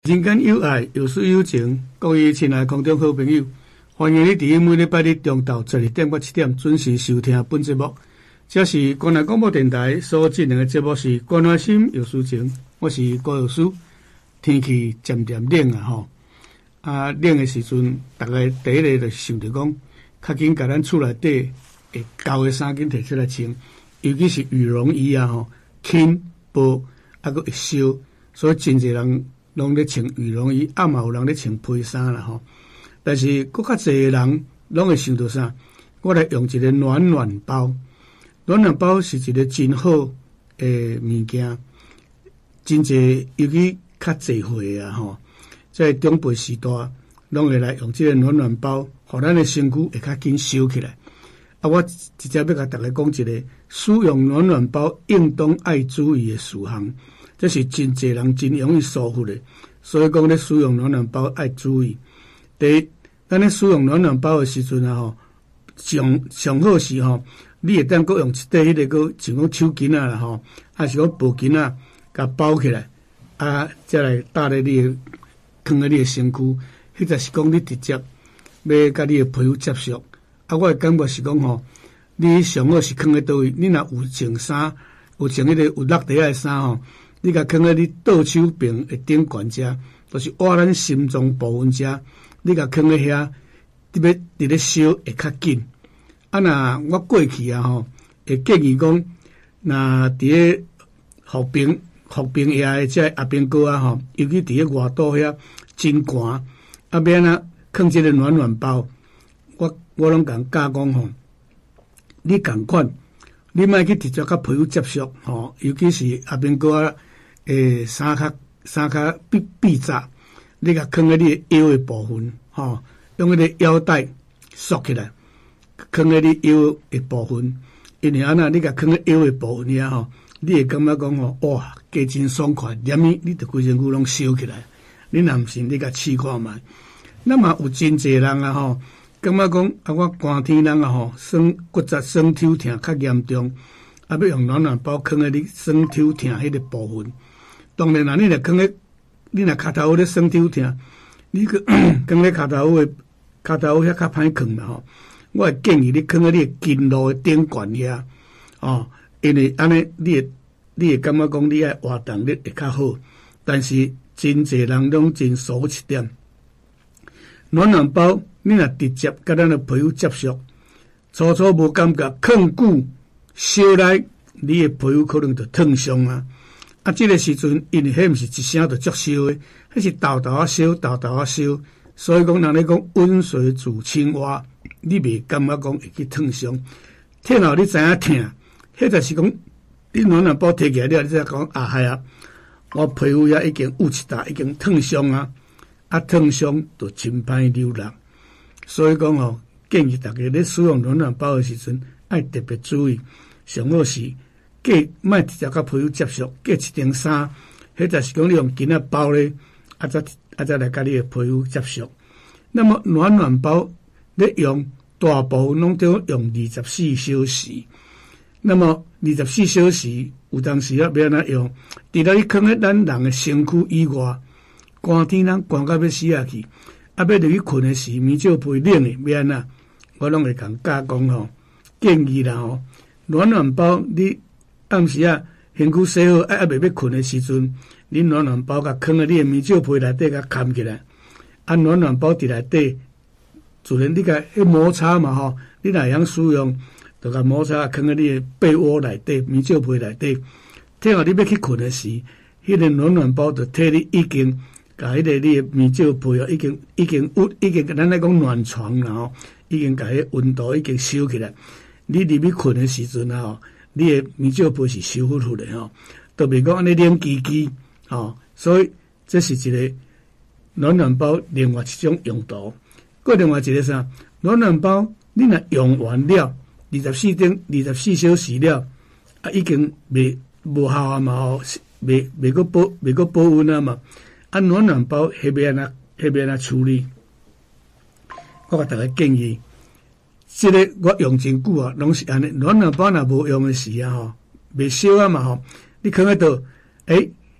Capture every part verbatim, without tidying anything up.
人间有爱，有水有情，各位亲爱的空中好朋友，欢迎你伫每礼拜日中昼十二点到七点准时收听本节目。这是关爱广播电台所进行的节目是关爱心有事情，我是高老师。天气渐渐冷啊吼，啊冷的时阵，大家第一个就想着讲，较紧甲咱厝内底会厚的衫紧摕出来穿，尤其是羽绒衣啊吼，轻薄啊佫会烧，所以真侪人拢咧穿羽绒衣，啊嘛有人咧穿披衫啦吼。但是佫较侪人拢会想到啥？我来用一个暖暖包。暖暖包是一个真好诶物件，真侪尤其较侪岁啊吼，在中辈时代拢会来用这个暖暖包，互咱的身躯会较紧收起来。啊，我直接要甲大家讲一个使用暖暖包应当爱注意的事项，这是真侪人真容易疏忽的。所以讲咧，使用暖暖包爱注意。第一，咱咧使用暖暖包的时阵啊吼，上上好是吼。你会当阁用一块迄个阁像讲手巾啊啦吼，还是讲布巾啊，甲包起来，啊，再来搭咧你的放喺你的身躯，迄就是讲你直接要甲你的皮肤接触。啊，我会感觉是讲吼，你上好是放喺倒位，你若有穿衫，有穿迄个有落地的衫吼，你甲放喺你倒手柄的顶悬遮，就是挖咱心脏部分遮，你甲放喺遐，你要伫咧烧会较紧。啊，那我过去啊吼，会建议讲，那伫咧服兵服兵役的这阿兵哥啊吼，尤其伫咧外岛遐真寒，啊免啊，放这个暖暖包，我我拢共教讲吼，你共款，你莫去直接甲皮肤接触吼，尤其是阿兵哥啊，诶衫较衫较闭闭扎，你甲放喺你腰的部分吼，用迄个腰带束起来。放喺你腰的部分，因为安那你甲放喺腰的部分遐吼，你会感觉讲吼，哇，加真爽快，连伊你着规身躯拢烧起来。你若毋信，你甲试看觅。那么有真侪人啊吼，感觉讲啊，我寒天人啊吼，酸骨折、酸抽疼较严重，啊要用暖暖包放喺你酸抽疼迄个部分。当然啦，你若放喺你若骹头咧酸抽疼，你去放咧骹头的骹头遐较歹放啦吼。我会建议你放喺你的筋路的顶悬遐，哦，因为安尼你会你会感觉讲你爱活动力会较好，但是真侪人拢真疏一点。暖暖包你若直接甲咱的皮肤接触，初初无感觉，放久烧来，你的皮肤可能就烫伤啊。啊，这个时阵因为迄毋是一声就足烧的，迄是豆豆啊烧，豆豆啊烧，所以讲人咧讲温水煮青蛙。你袂感觉讲会去烫伤，听后你知影疼，迄就是讲你暖暖包摕起来了，你才讲啊嗨啊，我皮肤也已经有一搭，已经烫伤啊，啊烫伤就真歹流浪。所以讲吼，建议大家咧使用暖暖包的时阵，爱特别注意，上好是隔莫直接甲皮肤接触，隔一层衫，迄就是讲你用巾仔包咧，啊再啊再来甲你的皮肤接触。那么暖暖包咧用。大部分拢都用二十四小时，那么二十四小时有当时啊要安怎用？除了你放喺咱人的身躯以外，寒天咱寒到要死下去，啊要入去困的时，棉少被冷的要安怎？我拢会共教讲吼，建议啦吼，暖暖包你暗时啊身躯洗好，啊啊未要困的时阵，你暖暖包甲放喺你的棉少被内底甲盖起来，啊暖暖包伫内底。自然你甲迄摩擦嘛吼，你若会晓使用，就甲摩擦放喺你的被窝内底、棉少被内底。听后你要去困的时，迄个暖暖包就替你已经甲迄个你的棉少被哦，已经已经有已经咱来讲暖床啦吼，已经甲迄温度已经收起来。你入去困的时阵啊吼，你的棉少被是收好好的吼，都袂讲安尼冷叽叽吼。所以这是一个暖暖包另外一种用途。过另外一个啥？暖暖包你若用完了，二十四点二十四小时了，啊已经未无效啊嘛吼，未未个保未个保温啊嘛。啊暖暖包迄要安怎迄要安怎处理？我甲大家建议，即、这个我用真久啊，拢是安尼。暖暖包若无用的时啊吼，未烧啊嘛吼，你放喺度，诶、欸，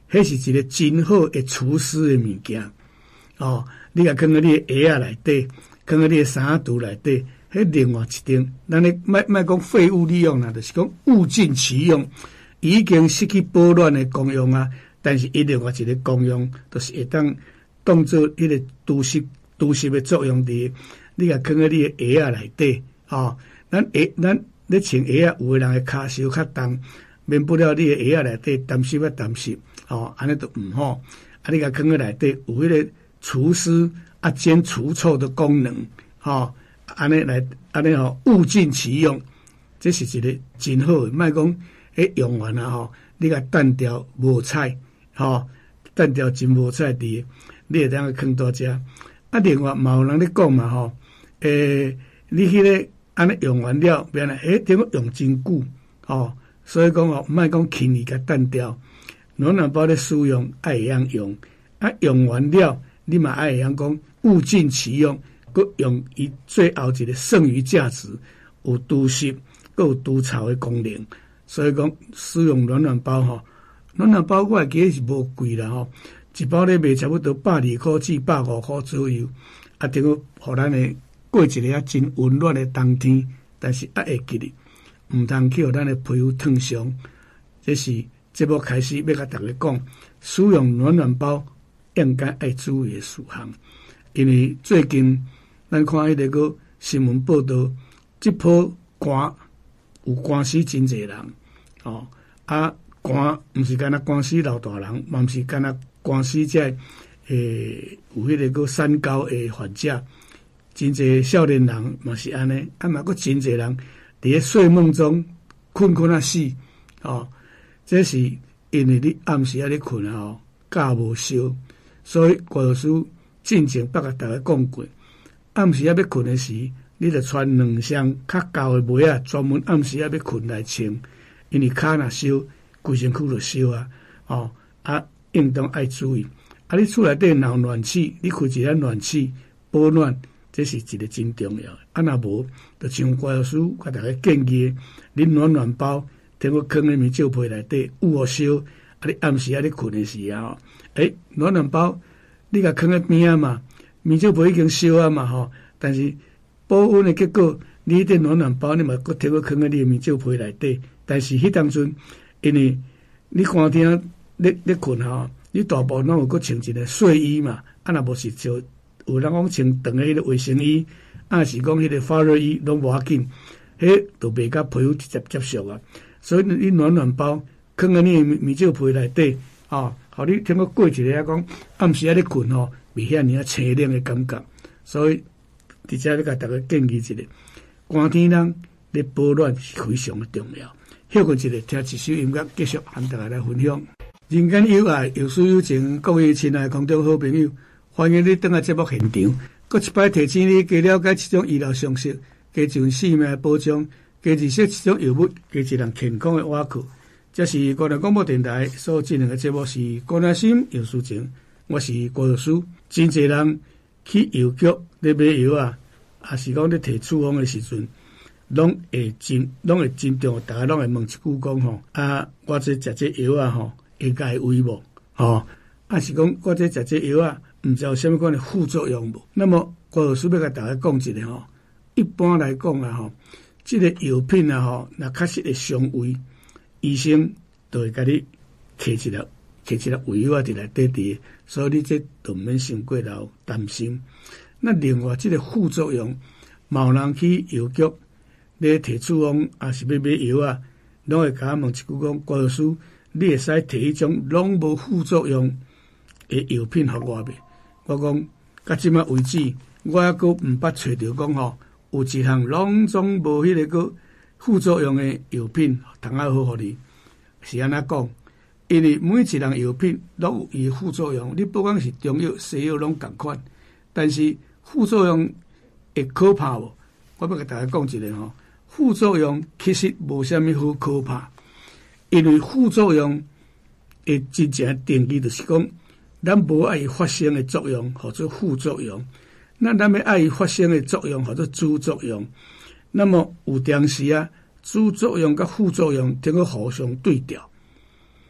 迄是一个真好的厨师的物件哦。你甲放在你的鞋仔内底，放在你的衫肚内底，迄另外一点，咱咧莫莫讲废物利用啦，就是讲物尽其用，已经失去保暖的功用啊。但是伊另外一个功用，就是会当当做迄个除湿除湿的作用伫。你甲放在你的鞋仔内底哦，咱鞋咱咧穿鞋仔，有的人的骹手较重，免不了你的鞋仔内底沾湿啊沾湿哦，安尼都毋好。啊，你甲放在内底有迄个除湿啊兼除臭的功能，吼，安尼来安尼吼物尽其用，这是一个真好的。莫讲迄用完啊吼，你甲单调无彩，吼，单调真无彩伫，你会当去放倒遮。啊，另外嘛有人咧讲嘛吼，诶，你迄个安尼用完了，变来诶，点个用真久，吼，所以讲吼，莫讲轻易甲单调。暖暖包咧使用爱会样用，啊用完了，你嘛爱会样讲物尽其用，佮用伊最后一个剩余价值，有除湿，佮有除臭的功能。所以讲使用暖暖包吼，暖暖包我会记是无贵啦吼，一包咧卖差不多百二块至百五块左右，啊，等于互咱诶过一个啊真温暖的冬天，但是啊会记哩，毋通去互咱诶皮肤烫伤，这是。节目开始要甲大家讲，使用暖暖包应该爱注意的事项，因为最近咱看迄个个新闻报道，这波寒有寒死真侪人哦，啊寒毋是干那寒死老大人，嘛毋是干那寒死这诶有迄个个三高诶患者，真侪少年人嘛是安尼，啊嘛佫真侪人伫咧睡梦中困困啊死哦。这是因为你暗时啊咧困啊吼，觉无烧，所以郭老师进前捌甲大家讲过，暗时啊要困的时，你着穿两双较厚的袜啊，专门暗时啊要困来穿，因为骹若烧，规身躯就烧啊，哦啊，应当爱注意。啊，你厝内底若有暖气，你开一个暖气保暖，这是一个真重要。啊，若无，就像郭老师甲大家建议，你暖暖包。等我放在棉照被内底，有互烧，啊！你暗时啊，你困的时啊，诶，暖暖包，你甲放在边啊嘛，棉照被已经烧啊嘛吼，但是保温的结果，你迄个暖暖包，你嘛搁摕我放在你的棉照被内底，但是迄当阵，因为你寒天咧咧困吼，你大部分拢有搁穿一个睡衣嘛，啊，若无是就有人讲穿长的迄个卫生衣，啊是讲迄个发热衣，拢无要紧，迄都袂甲皮肤直接接触啊。所以你暖暖包放在你棉照被内底，哦，互你听我过一个啊，讲暗时啊咧困吼，袂遐尔啊清凉的感觉。所以伫遮咧甲大家建议一下，寒天人咧保暖是非常的重要。休困一下，听一首音乐，继续和大家来分享。人间有爱，有书有情，各位亲爱的空中好朋友，欢迎你登来节目现场，搁一摆提醒你加了解这种医疗常识，加上性命保障。加认识这种药物，加一人健康的瓦库。这是国内广播电台所进行的节目是《关爱心药事情》，我是郭药师。真侪人去药局咧买药啊，也是讲咧摕处方的时阵，拢会真，拢会真重，大家拢会问一句讲吼，啊，我这食这药啊吼，应该有无？吼，啊是讲我这食这药啊，毋知有啥物款的副作用无？那么郭药师要甲大家讲一下吼，一般来讲啊吼。这个药品啊吼，若确实会伤胃，医生就会甲你摕一粒摕一粒胃药啊伫内底伫，所以你这就免伤过头担心。那另外这个副作用，某人去药局咧摕处方，也是要买药啊，拢会甲我问一句讲，郭老师，你会使摕迄种拢无副作用的药品互我袂？我讲，到即摆为止，我还阁毋捌找着讲吼。有一项拢总无迄个个副作用的药品，通啊好互你是安怎讲？因为每一项药品拢有伊副作用，你不管是中药、西药拢共款，但是副作用会可怕无？我要甲大家讲一下吼，副作用其实无啥物好可怕，因为副作用的真正定义就是讲，咱无爱伊发生的作用，或者副作用。那咱要爱伊发生的作用或者主作用，那么有当时啊，主作用甲副作用等个互相对调。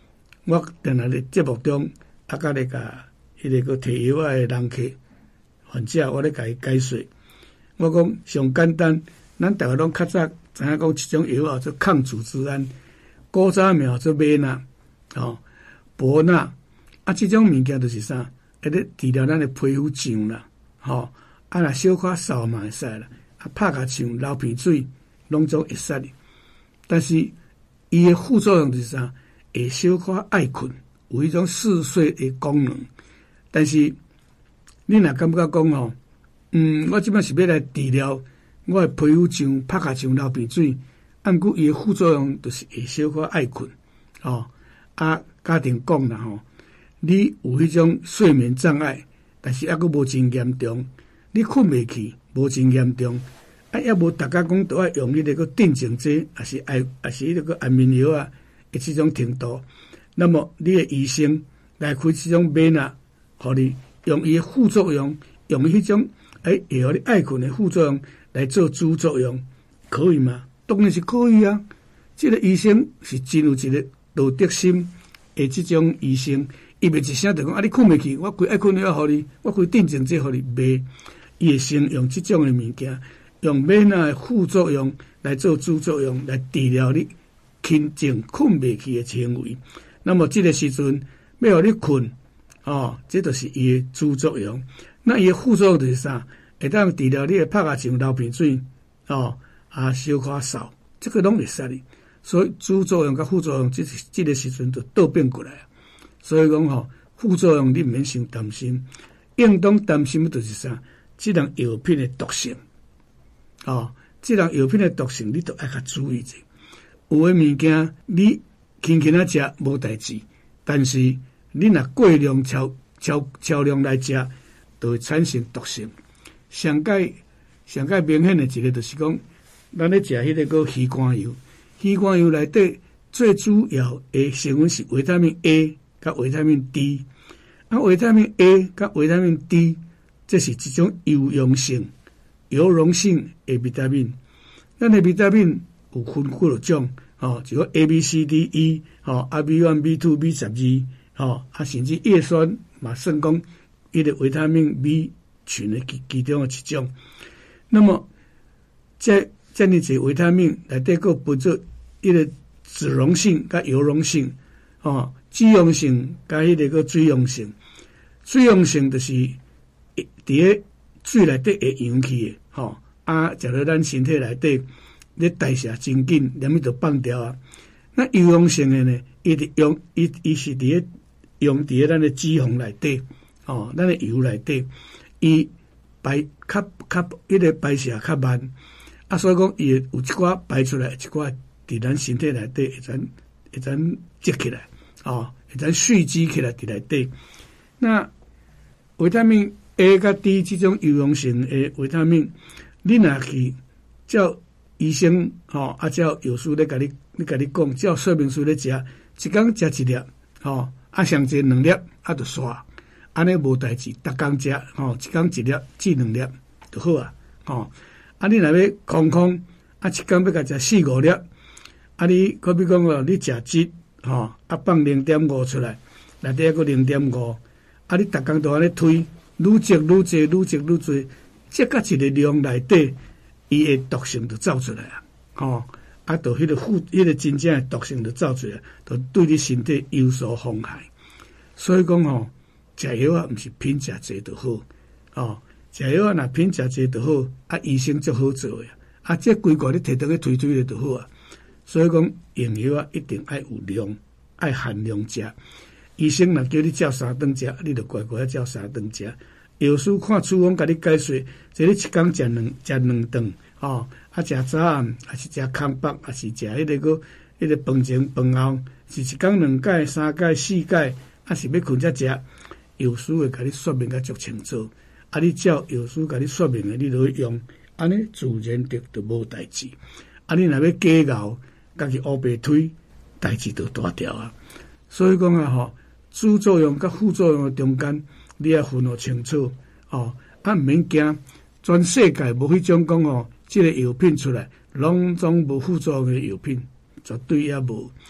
我定来咧节目中啊，甲咧甲迄个个摕药啊诶人客患者，我咧甲伊解说。我讲上简单，咱大家拢较早知影讲，即种药啊做抗组织胺，古早苗做麦纳，哦，博纳啊，即种物件就是啥，会咧治疗咱诶皮肤痒啦，吼、哦，啊若小可扫嘛会使啦，啊拍甲像流鼻水，拢总会使哩。但是伊诶副作用就是啥？会小可爱困，有迄种嗜睡诶功能。但是你若感觉讲吼，嗯，我即摆是要来治疗我诶皮肤痒、拍卡痒、流鼻水，按过伊诶副作用就是会小可爱困，哦，啊，家庭讲啦吼，你有迄种睡眠障碍，但是抑佫无真严重，你困袂去，无真严重。啊，也无大家讲都爱用迄个个镇静剂，还是爱，还是迄个个安眠药啊，诶，即种程度。那么你诶医生来开即种买呐，互你用伊诶副作用，用迄种诶会互你爱困诶副作用来做主作用，可以吗？当然是可以啊。即、这个医生是真有一个道德心诶，即种医生，伊袂一声就讲啊，你困袂去，我开爱困药互你，我开镇静剂互你卖，伊会先用即种诶物件。用买那副作用来做主作用，来治疗你轻症困袂去的行为。那么这个时阵要互你困，哦，这就是伊的主作用。那伊的副作用就是啥？会当治疗你的拍牙痒、流鼻水，哦，啊，小可扫，这个拢会使哩。所以主作用甲副作用，这这个时阵就倒变过来啊。所以讲吼，副作用你毋免伤担心，应当担心的就是啥？这种药品的毒性。哦，即种药品的毒性，你都爱较注意者。有诶物件你轻轻啊食无代志，但是你若过量超超超量来食，就会产生毒性。上界上界明显的一个就是讲，咱咧食迄个个鱼肝油，鱼肝油内底最主要诶成分是维他命 A 甲维他命 D， 啊，维他命 A 甲维他命 D， 这是一种有用性。油溶性的维他命，咱的维他命有分几多种，哦，就个 A、B、C、D、E， 哦，啊 B 一、B 二、B 十二，哦，啊甚至叶酸嘛算讲伊个维他命 B 群的其其中的一种。那么，这这样子维他命内底个分做伊个脂溶性甲油溶性，哦，脂溶性甲迄个个水溶性，水溶性就是伫个水内底会溶去的，吼、哦、啊，食到咱身体内底，咧代谢真紧，连咪就放掉啊。那油溶性的呢，伊伫用伊伊是伫咧用伫咧咱的脂肪内底，哦，咱的油内底，伊排较较迄个排泄较慢，啊，所以讲伊有一寡排出来，一寡伫咱身体内底会咱会咱积起来，哦，会咱蓄积起来伫内底。那维他命A 甲 D 这种油溶性的维他命，你若去照医生吼、哦，啊照药师咧甲你咧甲你讲，照说明书咧食，一工食一粒，吼、哦，啊上济两粒，啊就煞，安尼无代志，逐工食，吼、哦，一工一粒至两粒就好啊，吼、哦，啊你若要空空，啊一工要甲食四五粒，啊你可比讲哦，你食鸡，吼、哦，啊放零点五出来，内底还佫零点五，啊你逐工都安尼推。愈积愈济，愈积愈济，积到一个量内底，伊的毒性就走出来啊！吼、哦，啊，就迄个负，迄、那个真正的毒性就走出来，就对你身体有所妨害。所以讲吼，食药啊，毋是品食济就好，哦，食药啊，若品食济就好，啊，医生足好做的，啊，这规个你摕倒去推推咧就好啊。所以讲用药啊，一定爱有量，爱限量食。医生若叫你照三顿食，你就乖乖照三顿食。药师看处方，甲你解说，即你一工食两食两顿，哦，啊食早暗，还是食空腹，还是食迄个个迄个饭前饭后，是一工两解、三解、四解，啊是要困才食。药师会甲你说明甲足清楚，啊你照药师甲你说明的，你就去用，安尼自然得就无代志。啊你若要假熬，家己乌白推，代志就大条啊。所以讲啊，吼。主作用甲副作用的中间，你要分好清楚哦。啊，毋免惊，全世界无迄种讲哦，即、這个药品出来，拢总无副作用的药品，绝对也无。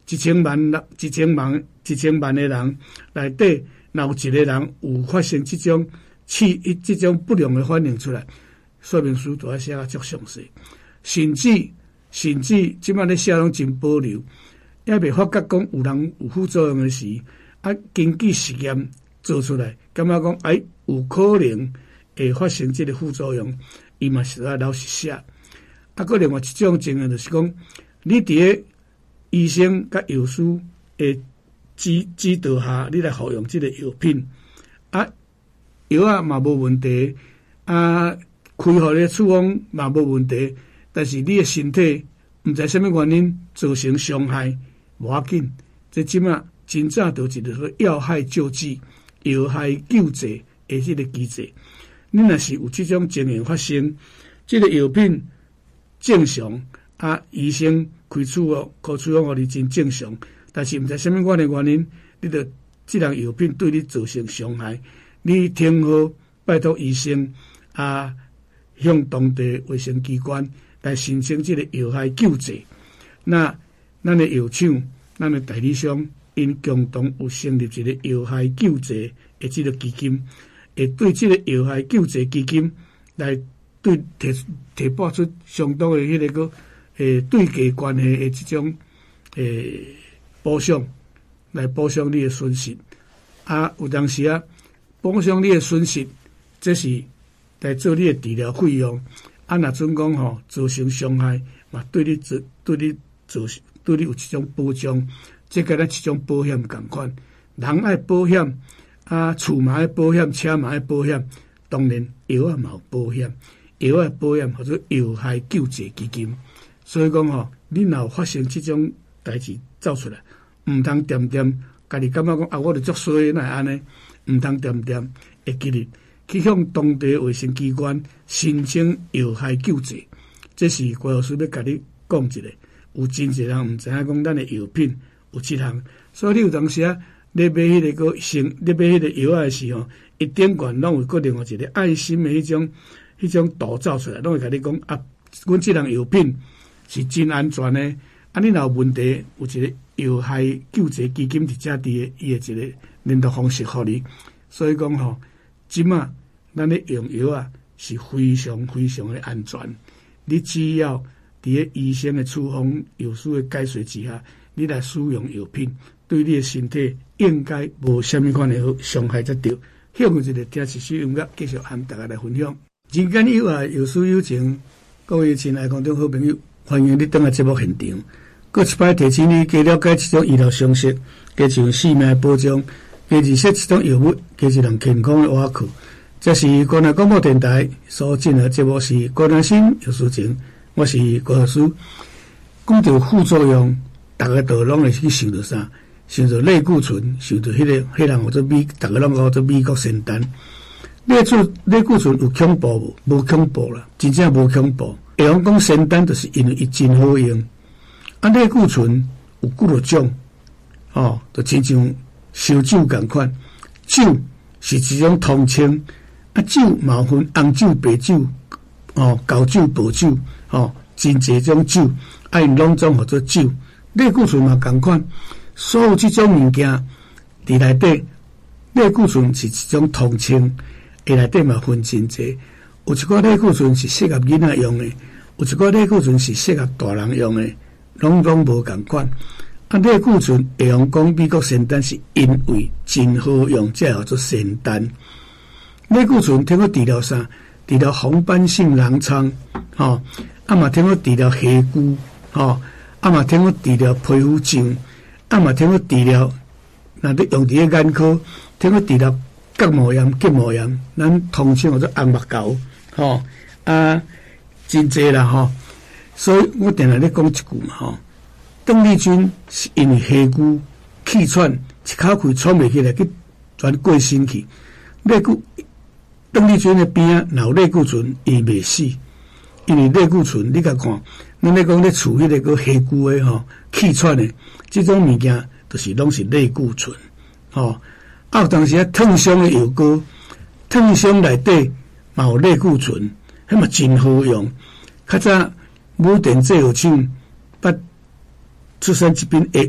一千万人，一千万一千万的人内底，若有一个人有发生这种气这种不良的反应出来，说明书就要写啊足详细，甚至甚至即摆咧写拢真保留，也未发觉讲有人有副作用的时，啊，根据实验做出来，感觉讲哎有可能会发生这个副作用，伊嘛是要老实写。啊，个另外一种情形就是讲，你伫咧医生甲药师的指指导下，你来服用这个药品，啊，药啊嘛无问题，啊，开互你处方嘛无问题，但是你的身体毋知什么原因造成伤害，无要紧。这即马真早就一个要害救济、要害救济的这个机制。你若是有这种情形发生，这个药品正常，啊，医生开处方、开处方互你真正常，但是毋知什么原的原因，你着这项药品对你造成伤害，你听好拜托医生啊，向当地卫生机关来申请这个药害救济。那咱的药厂、咱的代理商，因共同有成立一个药害救济的这个基金，会对这个药害救济基金来对提提拨出相当的迄个个诶对价关系的这种诶补偿，来补偿你的损失。啊，有当时啊，补偿你的损失，这是来做你的治疗费用。啊，若准讲吼造成伤害，嘛对你做对你做对你有一种保障，这跟咱一种保险共款。人爱保险，啊，厝嘛爱保险，车嘛爱保险，当然药啊嘛有保险，药啊保险或者药害救济基金。所以讲吼，你若有发生这种代志走出来，毋通点点，家己感觉讲啊，我著足衰，哪会安尼？毋通点点，会记得去向当地卫生机关申请药害救济。这是郭老师要甲你讲一下，有真侪人毋知影讲咱的药品有这项，所以你有当时啊，你买迄个个先，你买迄个药的时候，一点罐拢有个另外一个爱心的迄种迄种图走出来，拢会甲你讲啊，阮这项药品是真安全的。啊，你若有问题，有一个药害救济基金伫遮伫的，伊的一个联络方式互你。所以讲吼，即马咱咧用药啊是非常非常的安全。你只要伫咧医生的处方、药师的解说之下，你来使用药品，对你的身体应该无虾米款的伤害才对。向一个听一首音乐，继续和大家来分享。人间有爱，有书有情，各位亲爱的观众好朋友，欢迎你登来节目现场。过一摆提醒你加了解一种医疗常识，加一项性命保障，加认识一种药物，加一项健康的瓦库。这是关南广播电台所进的节目是关南心有事情，我是郭老师。讲到副作用，大家都拢会去想到啥？想到类固醇，想到迄、那个迄人或者美，大家拢叫做美国仙丹。类固类固醇有恐怖无？无恐怖啦，真正无恐怖。会用讲仙丹，就是因为伊真好用。啊，类固醇有几多种？哦，就亲像烧酒共款，酒是一种通称。啊，酒嘛分红酒、白酒，哦，高酒、薄酒，哦，真侪种酒，啊，因拢总叫做酒。类固醇嘛共款，所有这种物件伫内底，类固醇是一种通称，诶，内底嘛分真侪。有一寡类固醇是适合囡仔用的，有一寡类固醇是适合大人用的。拢拢无共款，啊！类固醇会用讲美国仙丹是因为真好用，才叫做仙丹。类固醇听过治疗啥？治疗红斑性狼疮，吼、哦，啊嘛听过治疗黑菇，吼、哦，啊嘛听过治疗皮肤疹，啊嘛听过治疗，那你用伫个眼科，听过治疗角膜炎、结膜炎，咱通称叫做红目膏，吼、哦，啊，真济啦，吼、哦。所以我定来咧讲一句嘛吼，邓丽君是因为黑菇气喘，一口气喘袂起来，去全过身去。类固邓丽君的边啊，若有类固醇，伊袂死，因为类固醇你甲看，咱咧讲咧处迄个个黑菇的吼，气喘的这种物件，就是拢是类固醇，吼、哦。啊，有当时啊，烫伤的药膏，烫伤内底嘛有类固醇，迄嘛真好用，较早。武电制药厂捌出产一品会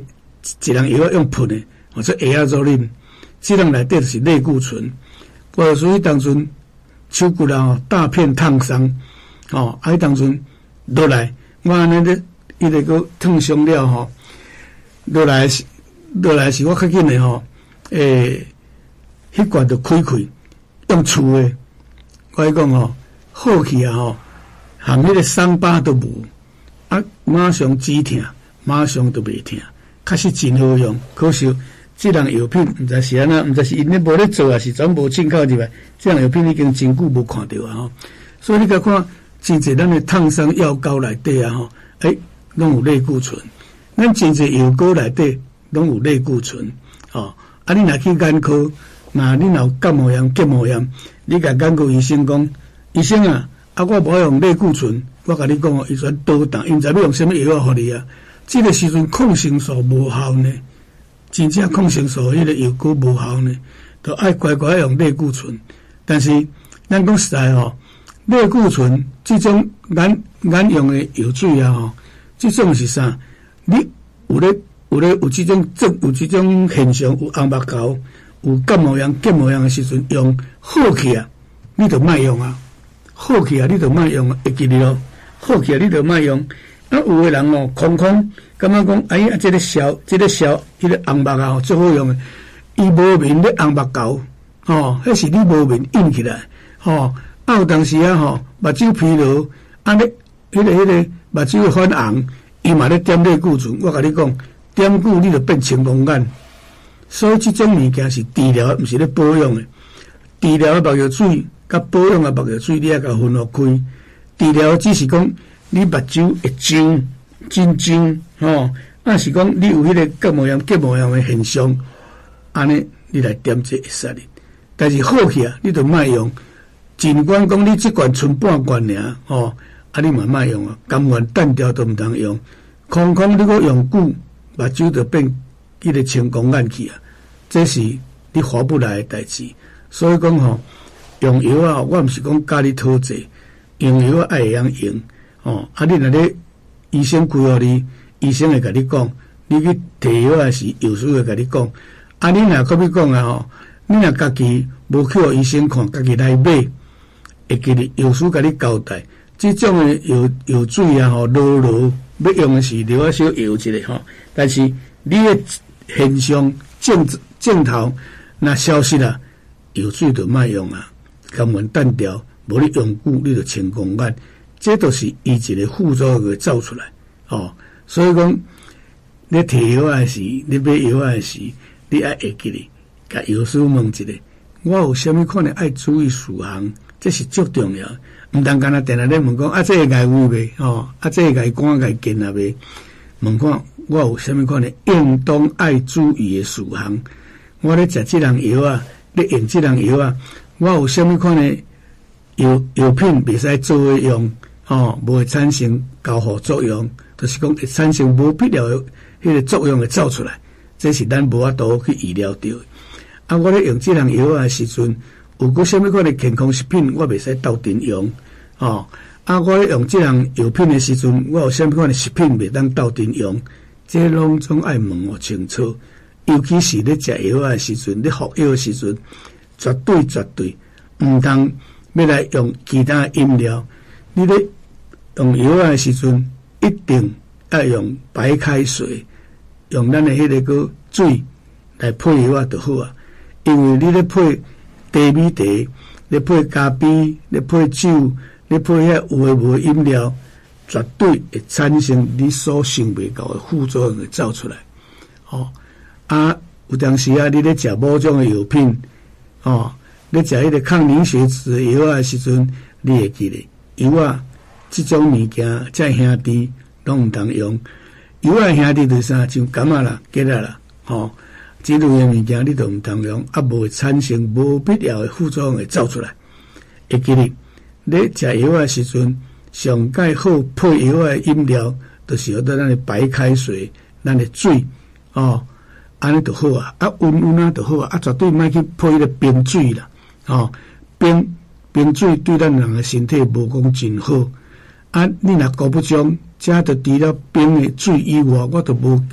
一人药用喷的，或者下仔做啉，这人内底就是类固醇。我所以当阵手骨啦大片烫伤，哦，啊，当阵落来，我安尼咧，伊个个烫伤了吼，落来是落来是我较紧的吼，诶，血管就开开，用厝的，我讲吼，好去啊吼，含迄个伤疤都无，啊，马上止痛，马上都袂痛，确实真好用。可惜这样药品，毋知是安那，毋知是因咧无咧做，还是全部进口入来。这样药品已经真久无看到啊吼，所以你甲看，真侪咱的烫伤药膏内底啊吼，诶，拢有类固醇。咱真侪药膏内底拢有类固醇，哦，啊，你若去眼科，那你若有感冒炎、结膜炎，你甲眼科医生讲，医生啊，啊，我无用类固醇，我甲你讲哦，伊选倒档，因知要用什么药互你啊？这个时阵抗生素无效呢。真正抗生素迄个药膏无效呢，就爱乖乖用类固醇。但是咱讲实在吼，类固醇这种咱咱用的药水啊吼，这种是啥？你有咧有咧有这种症有这种现象，有红目膏，有感冒炎、结膜炎的时阵用好去啊，你就莫用啊，好去啊，你就莫用啊，会记得咯，好去啊，你就莫用。啊，有的人哦，空空感觉讲，哎呀，这个消，这个消，迄个红目啊，吼，最好用的。伊无面咧红目膏，吼，迄是你无面印起来，吼。啊，有当时啊，吼，目睭疲劳，啊，咧，迄个迄个目睭泛红，伊嘛咧点类固醇。我甲你讲，点久你就变青光眼。所以这种物件是治疗，毋是咧保养的。治疗的目药水，甲保养的目药水，你也甲分开开。治疗只是讲。你目睭会肿、真肿，吼，啊是讲你有迄个感冒炎、结膜炎的现象，安尼你来点这会使哩。但是好去啊，你就莫用。尽管讲你这罐剩半罐尔，吼，啊你嘛莫用啊，甘愿淡掉都毋通用。空空你搁用久，目睭就变迄个青光眼去啊，这是你划不来的代志。所以讲吼，用药啊，我毋是讲教你讨济，用药啊爱会晓用。哦，啊！你若咧医生规划你，医生会甲你讲，你去摕药啊是药师会甲你讲。啊，你若搁要讲啊吼，你若家己无去互医生看，家己来买，会记得药师甲你交代，这种的药药水啊吼，落落要用的是留啊小药一下吼。但是你的现象镜镜头若消失啦，药水就莫用啊，甘愿淡掉，无你用久你就青光眼。这都是伊一个副作用会走出来，哦，所以讲，你摕药的时，你买药的时，你爱会记哩，甲药师问一下，我有啥物可能爱注意事项，这是足重要。毋通干那定定咧问讲，啊，这个该有未？哦，啊，这个该赶该见啊未？问看我有啥物可能应当爱注意的事项？我咧食这样药啊，咧用这样药啊，我有啥物可能药药品袂使做伙用？哦，无会产生交互作用，就是讲会产生无必要的迄个作用会走出来，这是咱无法度去预料到的。啊，我咧用这样药啊时阵，有过啥物款的健康食品，我袂使斗阵用。哦，啊，我咧用这样药品的时阵，我有啥物款的食品袂当斗阵用，这拢总爱问我清楚。尤其是咧食药啊时阵，咧服药的时阵，绝对绝对毋通要来用其他饮料。你咧用药的时阵，一定要用白开水，用咱的迄个个水来配药啊，就好啊。因为你咧配茶米茶，咧配咖啡，咧配酒，咧配遐有诶无饮料，绝对会产生你所想袂到的副作用会走出来。哦，啊，有当时啊，你咧食某种的药品，哦，咧食迄个抗凝血脂的药啊时阵，你会记得药啊。这种物件，这兄弟拢毋通用。药啊兄弟就是啥，像感冒啦、结啦啦，吼，这类的物件你都毋通用，啊，无会产生无必要的副作用会走出来。会记得，咧食药啊时阵，上介好配药的饮料，就是有得咱的白开水、咱的水，哦，安尼就好啊，啊温温啊就好啊，啊绝对莫去配迄个冰水啦，哦，冰冰水对咱人的身体无讲真好。啊，你若搞不中，这着除了冰的水以外，我都无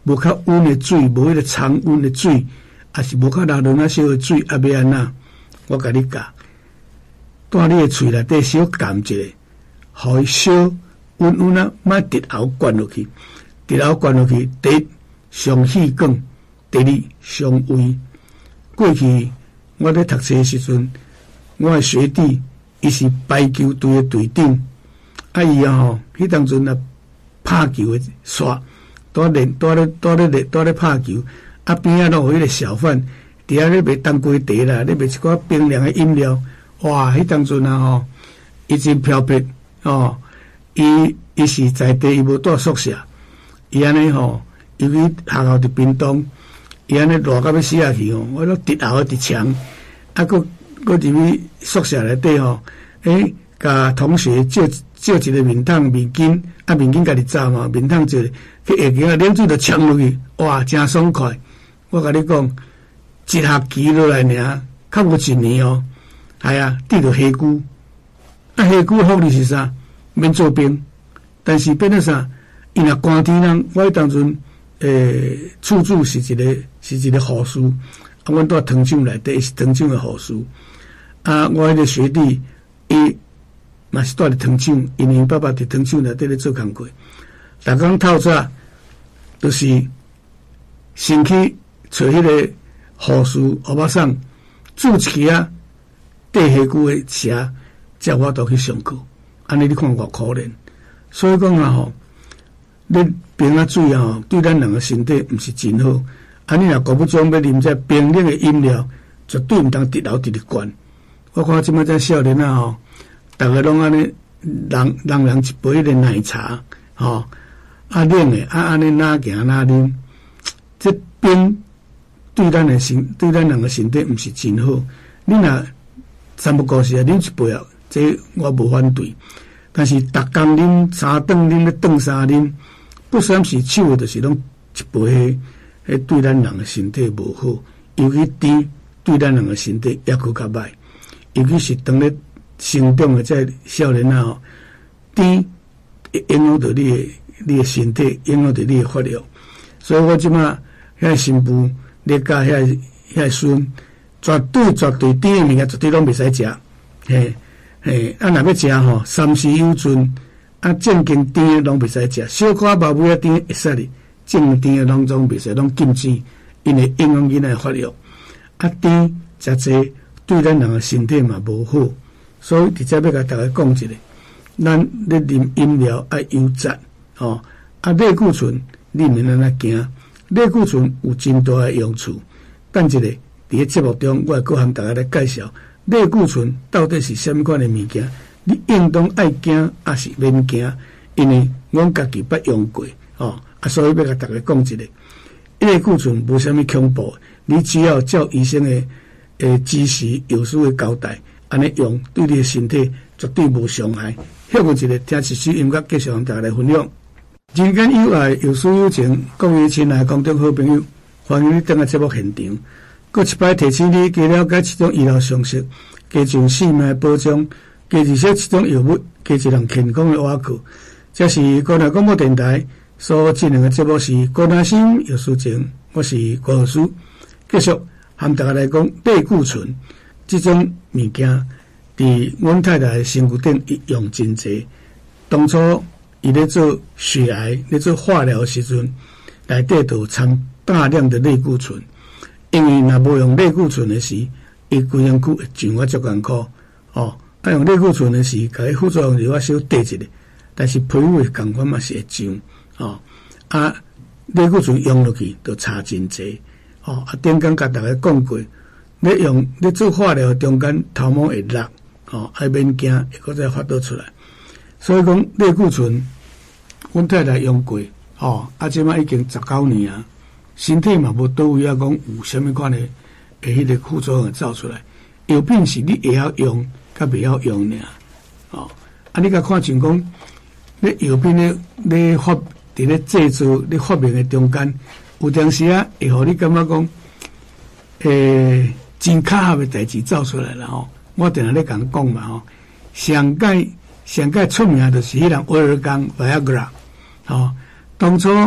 无较温的水，无迄个常温的水，还是无较热热啊烧的水，啊要安怎？我甲你教，带你的喙内底小含一下，互伊烧温温啊，莫直喉灌落去，直喉灌落去，第一伤气管，第二伤胃。过去我咧读册的时阵，我的学弟伊是排球队的队长，啊伊啊吼，迄当阵啊拍球的煞，拄练拄咧拄咧练拄咧拍球，啊边仔拢有迄个小贩，伫遐咧卖当归茶啦，咧卖一寡冰凉的饮料，哇！迄当阵啊吼，伊真漂泊哦，伊伊是在地，伊无住宿舍，伊安尼吼，由于学校伫屏东。伊安尼热到要死下去吼，我都直喉直墙，啊，佫佫入去宿舍内底吼，诶，甲同学借借一个面桶面巾，啊，面巾家己扎嘛，面桶借，去下边啊冷水就呛落去，哇，真爽快！我甲你讲，一学期落来尔，较无一年哦，系啊，滴着虾菇，啊，虾菇福利是啥？免做兵，但是变做啥？伊若寒天人，我迄当阵。诶，厝主是一个是一个护士，啊，阮住糖厂内底是糖厂的护士，啊，我迄个学弟伊嘛是住伫糖厂，因为爸爸伫糖厂内底咧做工课，逐工透早就是先去找迄个护士欧巴桑煮一支啊缀虾菇的食，才我倒去上课，安尼你看偌可怜，所以讲啊吼。你冰啊水啊，对咱人的身体毋是真好。啊，你若国不中要啉这冰冷的饮料，绝对毋当直流直直灌。我看即摆这少年啊吼，逐个拢安尼，人人人一杯迄个奶茶，吼、哦，啊冷的啊安尼哪行哪啉，这冰对咱的身对咱人的身体毋是真好。你若三不五时啊啉一杯啊，这我无反对。但是逐工啉三顿啉咧顿三啉。不三时手的，就是拢一杯迄，迄对咱人的身体无好，尤其甜对咱人的身体也佫较歹。尤其是当咧成长的这少年啊吼，甜会影响到你的你的身体，影响到你的发育。所以我即马遐新妇咧教遐遐孙，绝对绝对甜的物件绝对拢袂使食，嘿嘿，啊若要食吼，三思有准。啊，正经甜的拢袂使食，小可毛尾啊甜会使哩，正甜的拢总袂使，拢禁止，因为影响囡仔发育。啊，甜食济对咱人的身体嘛无好，所以直接要甲大家讲一下，咱咧啉饮料爱优质哦。啊，类固醇你免安怎惊，类固醇有真大的用处。等一下伫咧节目中，我会搁向大家来介绍类固醇到底是什么款的物件。你应当爱惊，还是免惊？因为阮家己捌用过哦，啊，所以要甲大家讲一下，类固醇无啥物恐怖，你只要照医生的诶指示、药师的交代，安尼用对你的身体绝对无伤害。休困一下，听一首音乐，继续向大家来分享。人间有爱，有书有情，各位亲爱的观众好朋友，欢迎你登来节目现场。搁一摆提醒你，加了解一种医疗常识，加上性命保障。加一些一种药物，加一项健康的瓦cụ。这是国内广播电台所进行的节目是郭南新有事情，我是郭老师。继续和大家来讲类固醇这种物件，伫阮太太的身躯顶伊用真侪。当初伊咧做血癌、咧做化疗的时阵，内底就掺大量的类固醇。因为若无用类固醇的时，伊规身躯会上啊足艰苦哦。啊，用类固醇的时，甲伊副作用就较少低一个，但是皮肤的感觉嘛是会上哦。啊，类固醇用落去就差真济哦。啊，顶间甲大家讲过，你用你做化疗中间头毛会落哦，还免惊，会搁再发倒出来。所以讲类固醇，阮太太用过哦，啊，即摆已经十九年啊，身体嘛无倒位啊，讲有啥物款的诶，迄个副作用走出来。药品是你会晓用。较袂晓用尔，哦，啊！你甲看像讲，你药品咧咧发伫咧制作、咧发明嘅中间，有当时啊，会互你感觉讲，诶，真巧合嘅代志走出来了吼。我定下咧甲讲嘛吼，上届上届出名就是迄人威尔刚 Viagra， 吼，当初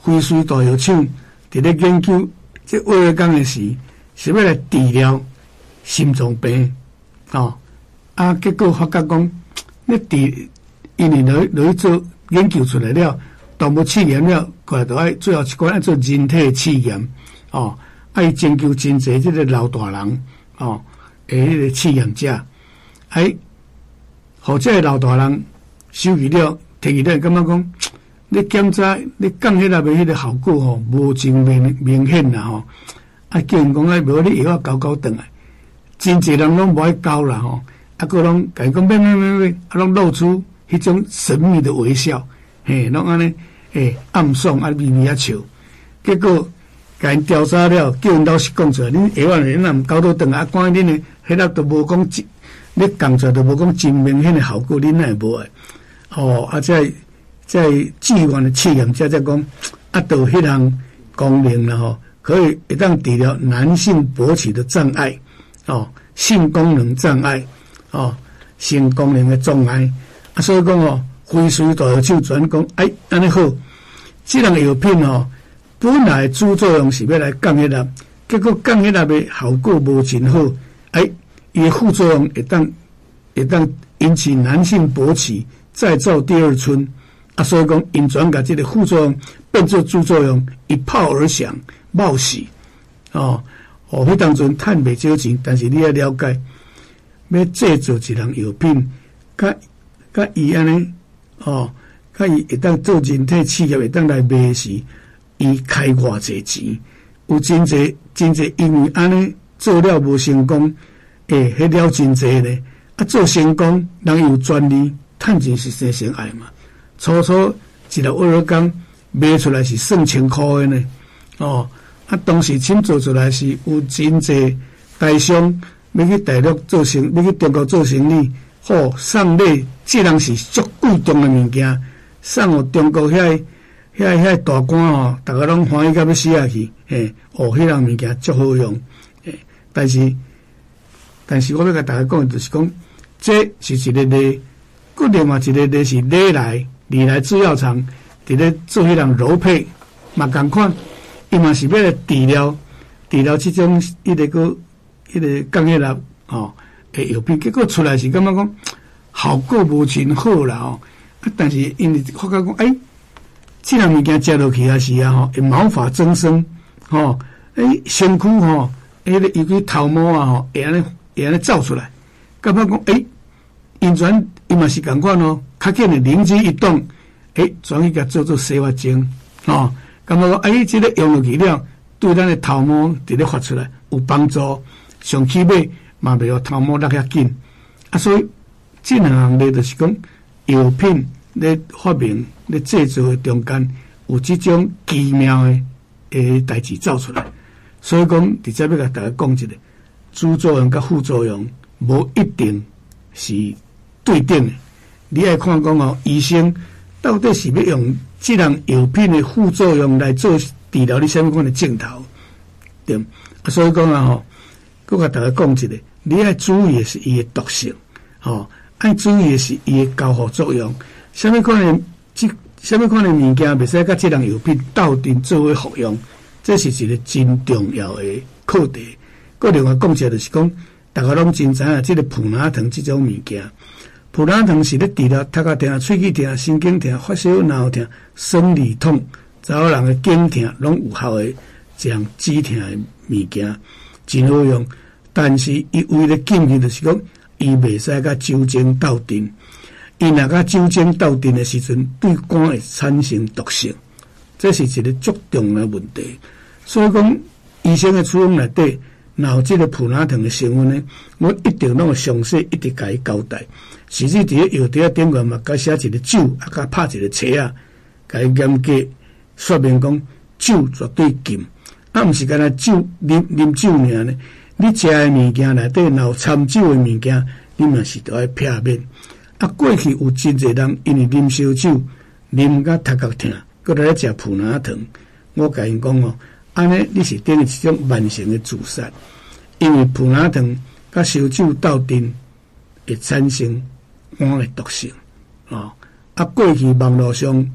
灰水大药厂伫咧研究这威尔刚的时，是要来治疗心脏病哦。啊，结果发觉讲，你治因为落落去做研究出来了，动物试验了，过来就爱最后一关爱做人体试验哦。爱研究真侪这个老大人哦，诶，迄个试验者，哎，或者老大人收去了，摕去了，感觉讲，你检查你讲迄个迄个效果吼，无真明明显啦吼。啊，叫人讲哎，无你药啊交交转来，真侪人拢无爱交啦吼。啊，个拢甲伊讲免免免免，啊，拢露出迄种神秘的微笑，嘿，拢安尼，诶，暗爽啊，微微啊笑，结果。甲因调查了，叫因老实讲出来，恁下晚恁若毋交倒转啊，关于恁的迄个都无讲真，你讲出来都无讲真明显的效果，恁也无诶。哦，啊，在在志愿的试验者才讲，啊，都迄项功能啦吼，可以一旦治疗男性勃起的障碍，哦，性功能障碍，哦，性功能的障碍，啊，所以讲哦，灰水大药厂专讲，哎，安尼好，这项药品哦。本来主作用是要来降血压，结果降血压的效果无真好，哎，伊的副作用会当会当引起男性勃起，再造第二春，啊，所以讲因转甲这个副作用变做主作用，一炮而响，冒死哦。哦，迄当阵趁袂少钱，但是你要了解，要制作一项药品，甲甲伊安尼哦，甲伊会当做人体试验，会当来卖时。伊开偌济钱，有真济真济，因为安尼做了无成功，诶，迄了真济咧。啊，做成功，人有专利，趁钱是生生爱嘛。初初一粒威尔刚卖出来是算千箍诶呢。哦，啊，当时请做出来是有真济大商要去大陆做生，要去中国做生意，好送礼，这人是足贵重诶物件，送互中国遐。遐遐大官吼，大家拢欢喜到要死下去，嘿，哦，迄样物件足好用，嘿，但是，但是我要甲大家讲，就是讲，这是一个例，个另外一个例是礼来，礼来制药厂伫咧做迄样柔配，嘛共款，伊嘛是要来治疗，治疗即种迄个个迄个降血压吼，诶药品，结果出来是感觉讲效果无真好啦吼，啊，但是因为发觉讲，诶、欸。这样物件食落去也是啊吼，会毛发增生，吼，诶，身躯吼，迄个尤其头毛啊吼，会安尼会安尼走出来。感觉讲，诶，因转伊嘛是共款哦，较紧的灵机一动，诶，转去甲做做洗发精，吼，感觉讲，诶，这个用落去了，对咱的头毛伫咧发出来有帮助，上起码嘛袂互头毛落遐紧。啊，所以这两项咧就是讲药品。咧发明、咧制作的中间有这种奇妙的诶代志走出来，所以讲，直接要甲大家讲一个主作用甲副作用，无一定是对等的。你爱看讲哦，医生到底是要用这项药品的副作用来做治疗你什么款的镜头，对？啊，所以讲啊吼，我甲大家讲一个，你爱注意的是伊的毒性，吼、哦，爱注意的是伊的交互作用。什么款的即什么款的物件，袂使甲这项药品斗阵做伙服用，这是一个真重要的课题。个另外讲起来就是讲，大家拢真知影，这个普拿疼这种物件，普拿疼是咧治疗头壳疼、喙齿疼、神经疼、发烧、脑疼、生理痛，查某人的颈疼拢有效的这样止疼的物件，真好用。但是伊为了禁忌，就是讲，伊袂使甲酒精斗阵。伊若甲酒精斗阵的时阵，对肝会产生毒性，这是一个足重的问题。所以讲，医生的处方内底，若有这个普拿疼的成分呢，我一定拢有详细一直甲伊交代。甚至伫咧药袋顶面嘛，甲写一个酒，啊，甲拍一个册啊，甲伊严格说明讲，酒绝对禁，啊，毋是干那酒啉啉酒尔呢。你食的物件内底若有掺酒的物件，你嘛是都要避免。啊，过去有真侪人因为啉烧酒，啉甲头壳疼，搁来食普拿疼。我甲因讲哦，安尼你是等于一种慢性的自杀，因为普拿疼甲烧酒斗阵会产生肝的毒性。哦，啊，过去网络上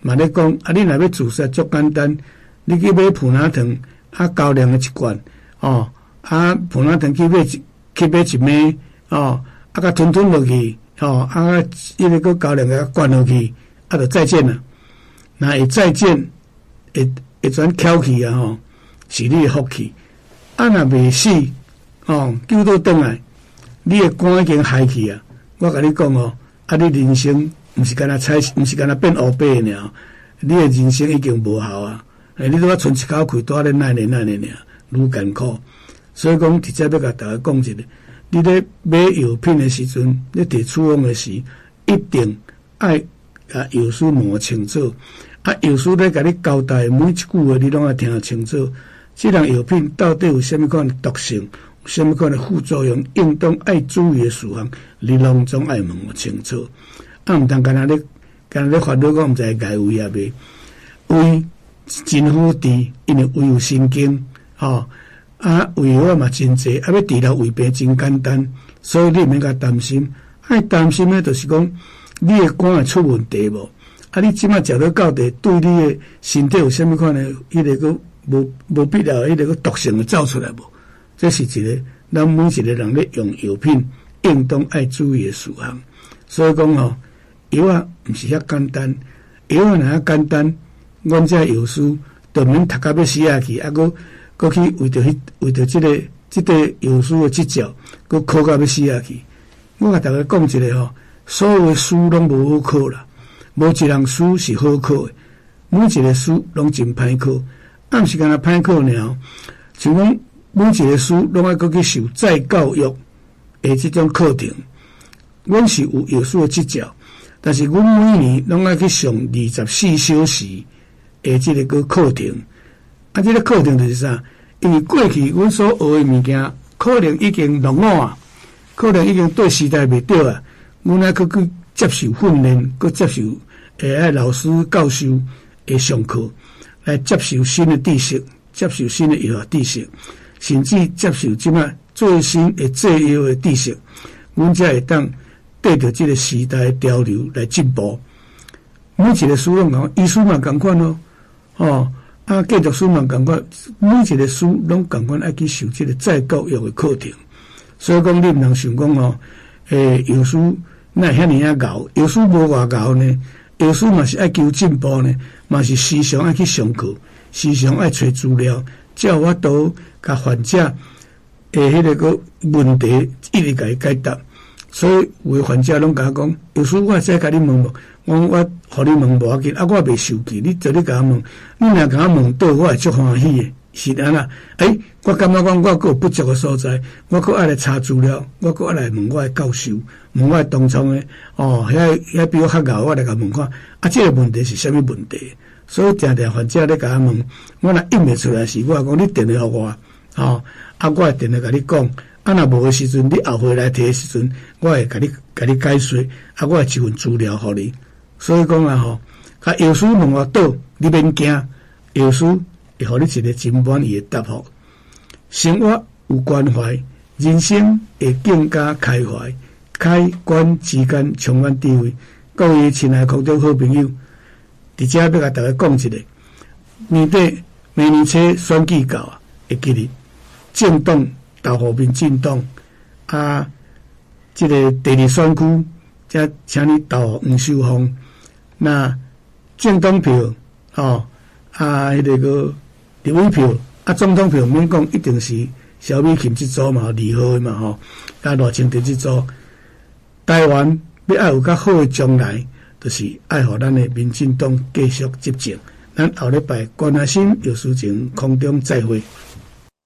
嘛咧讲，啊，你若要自杀足简单，你去买普拿疼，啊，高粱的一罐，哦，啊，普拿疼去买一去买一枚，哦，啊，甲吞吞落去，哦，啊，伊个个高粱甲灌落去，啊，就再见了。那会再见，会会转翘去啊，吼，是你的福气。啊，若未死，哦，救倒转来，你的肝已经害去啊！我甲你讲哦，啊，你人生毋是干那彩，毋是干那变黑白的尔，你的人生已经无效啊！诶，你拄啊存一口气，拄啊咧那年那年尔，愈艰苦。所以讲，直接要甲大家讲一下，你咧买药品的时阵，你伫处方的时，一定爱甲药师问清楚。啊，药师咧甲你交代每一句话，你拢要听清楚。这样药品到底有什么款的毒性，有什么款的副作用，应当爱注意的事项，你拢总爱问清楚。啊，毋通干那咧，干那咧烦恼讲毋知会胃也袂，胃真好治，因为胃有神经，吼、哦、啊，胃药嘛真济，啊要治疗胃病真简单，所以你毋免甲担心。爱担心的就是讲你的肝会出问题无？啊，你即摆食到到底，对你的身体有什么款的迄个个？无无必要迄个个毒性会走出来无？这是一个咱每一个人咧用药品应当爱注意的事项。所以讲吼，药啊毋是遐简单，药啊若遐简单，阮遮药师就免读到要死下去，啊，搁搁去为着迄为着即、这个即个药师的执照，搁考到要死下去。我甲大家讲一个吼，所有的书拢无好考啦，无一人书是好考的，每一个书拢真歹考。啊，毋是干那歹考尔，像讲每一个书拢爱搁去受再教育的即种课程。阮是有药师的执照，但是阮每年拢爱去上二十四小时的即个个课程。啊，即、這个课程就是啥？因为过去阮所学的物件，可能已經落伍啊，可能已經對時代袂對啊。阮愛搁去接受訓練，搁接受誒愛老師教授的上課。来接受新的知識，接受新的藥學知識，甚至接受即擺最新的製藥的知識，阮才會當跟着這個時代的潮流來進步。每一個書攏講，醫書嘛共款咯，哦，啊，建築書嘛共款，每一個書攏共款愛去受這個再教育的課程。所以講，你毋通想講哦，誒，藥書哪會遐爾啊熬？藥書無偌熬呢？藥師嘛是愛求進步呢，嘛是時常愛去上課，時常愛找資料，才有法度甲患者誒迄個個問題一直甲伊解答。所以有誒患者攏甲我講，藥師我再甲你問無，我我互你問無要緊，啊我袂受氣，你做你甲我問，你若甲我問倒，我會足歡喜誒。是安那？誒，我感覺講我閣有不足誒所在，我閣愛來查資料，我閣愛來問我誒教授，問我誒同窗誒，哦，遐遐比我較牛，我來甲問看，啊，這個問題是啥物問題？所以常常患者咧甲我問，我若應袂出來時，我講你電話互我，哦，啊，我會電話甲你講，啊，若無誒時陣，你後回來提誒時陣，我會甲你甲你解說，啊，我會一份資料互你。所以講啊，吼，甲藥師問我倒，你免驚，藥師會互你一個真滿意的答覆。生活有關懷，人生會更加開懷，開關之間充滿智慧。各位親愛空中好朋友，佇遮要甲大家講一個，年底明年初選舉到啊，會記得政黨投互民進黨啊，即、這個第二選區，則請你投黃秀峰。那政黨票哦啊，迄、那個立委票啊，總統票免講，一定是蕭美琴這組嘛，利好的嘛吼，啊，賴清德這組，台灣要愛有較好的將來，就是愛互咱的民進黨繼續執政。咱後禮拜關愛心有事情空中再會。